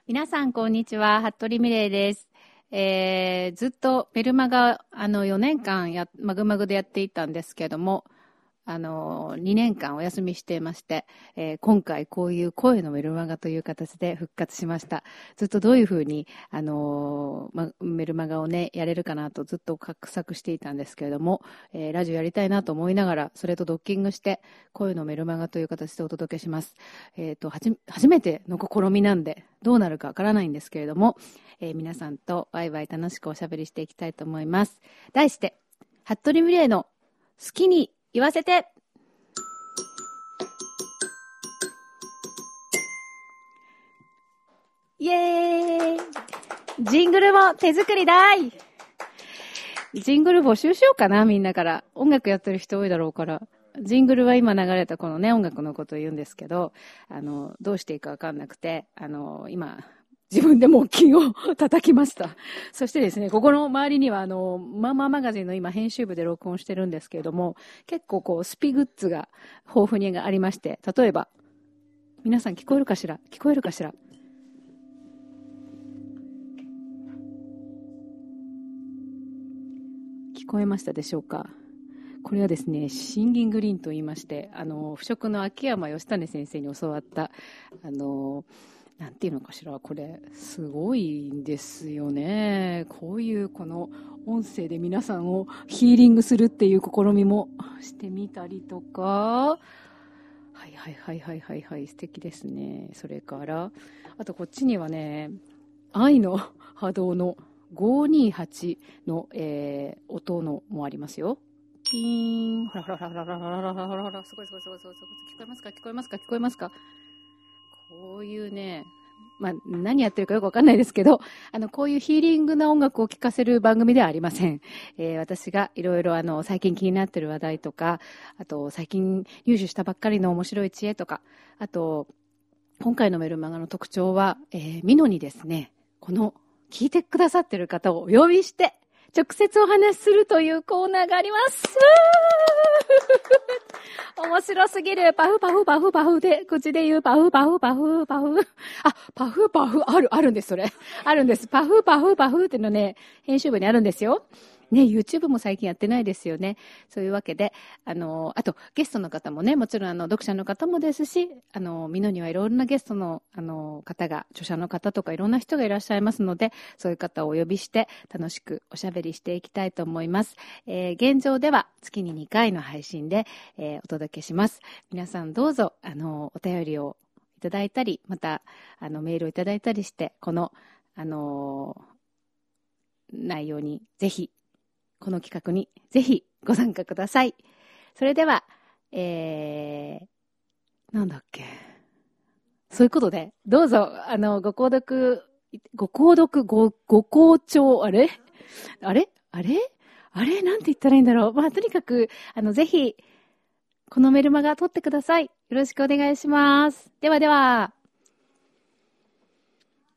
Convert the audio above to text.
皆さん、こんにちは。服部美玲です。ずっとメルマガ、4年間マグマグでやっていたんですけども、2年間お休みしていまして、今回こういう声のメルマガという形で復活しました。ずっとどういうふうに、メルマガをね、やれるかなとずっと画策していたんですけれども、ラジオやりたいなと思いながら、それとドッキングして、声のメルマガという形でお届けします。初めての試みなんで、どうなるかわからないんですけれども、皆さんとワイワイ楽しくおしゃべりしていきたいと思います。題して、服部美玲の好きに言わせて。イエーイ。ジングルも手作りだい。ジングル募集しようかな、みんなから。音楽やってる人多いだろうから。ジングルは今流れたこのね、音楽のことを言うんですけど、どうしていいかわかんなくて、今、自分で木琴を叩きました。そしてですね、ここの周りにはマママガジンの今編集部で録音してるんですけれども、結構こうスピグッズが豊富にありまして、例えば、皆さん聞こえるかしら？聞こえるかしら？聞こえましたでしょうか？これはですね、シンギングリーンと言いまして、腐食の秋山義種先生に教わった、なんていうのかしら、これ、すごいんですよね。こういうこの音声で皆さんをヒーリングするっていう試みもしてみたりとか、はい、素敵ですね。それから、あとこっちにはね、愛の波動の528の、音のもありますよ。ピーン。ほら、すごい。聞こえますか？聞こえますか？こういうね、何やってるかよくわかんないですけど、こういうヒーリングな音楽を聴かせる番組ではありません。私がいろいろ最近気になってる話題とか、あと最近入手したばっかりの面白い知恵とか、あと、今回のメルマガの特徴は、ミノにですね、この聞いてくださってる方をお呼びして、直接お話しするというコーナーがあります。面白すぎる。パフで、口で言うパフ。あ、パフ、あるんです、それ。あるんです。パフっていうのね、編集部にあるんですよ。ね、YouTube も最近やってないですよね。そういうわけで、あと、ゲストの方もね、もちろん読者の方もですし、ミノにはいろんなゲストの、方が、著者の方とかいろんな人がいらっしゃいますので、そういう方をお呼びして、楽しくおしゃべりしていきたいと思います。現状では月に2回の配信で、お届けします。皆さんどうぞ、お便りをいただいたり、また、メールをいただいたりして、この、内容にぜひ、この企画にぜひご参加ください。それでは、なんだっけ。そういうことで、どうぞ、ご購読、ご好聴、あれなんて言ったらいいんだろう。とにかく、ぜひ、このメルマガ取ってください。よろしくお願いします。ではでは。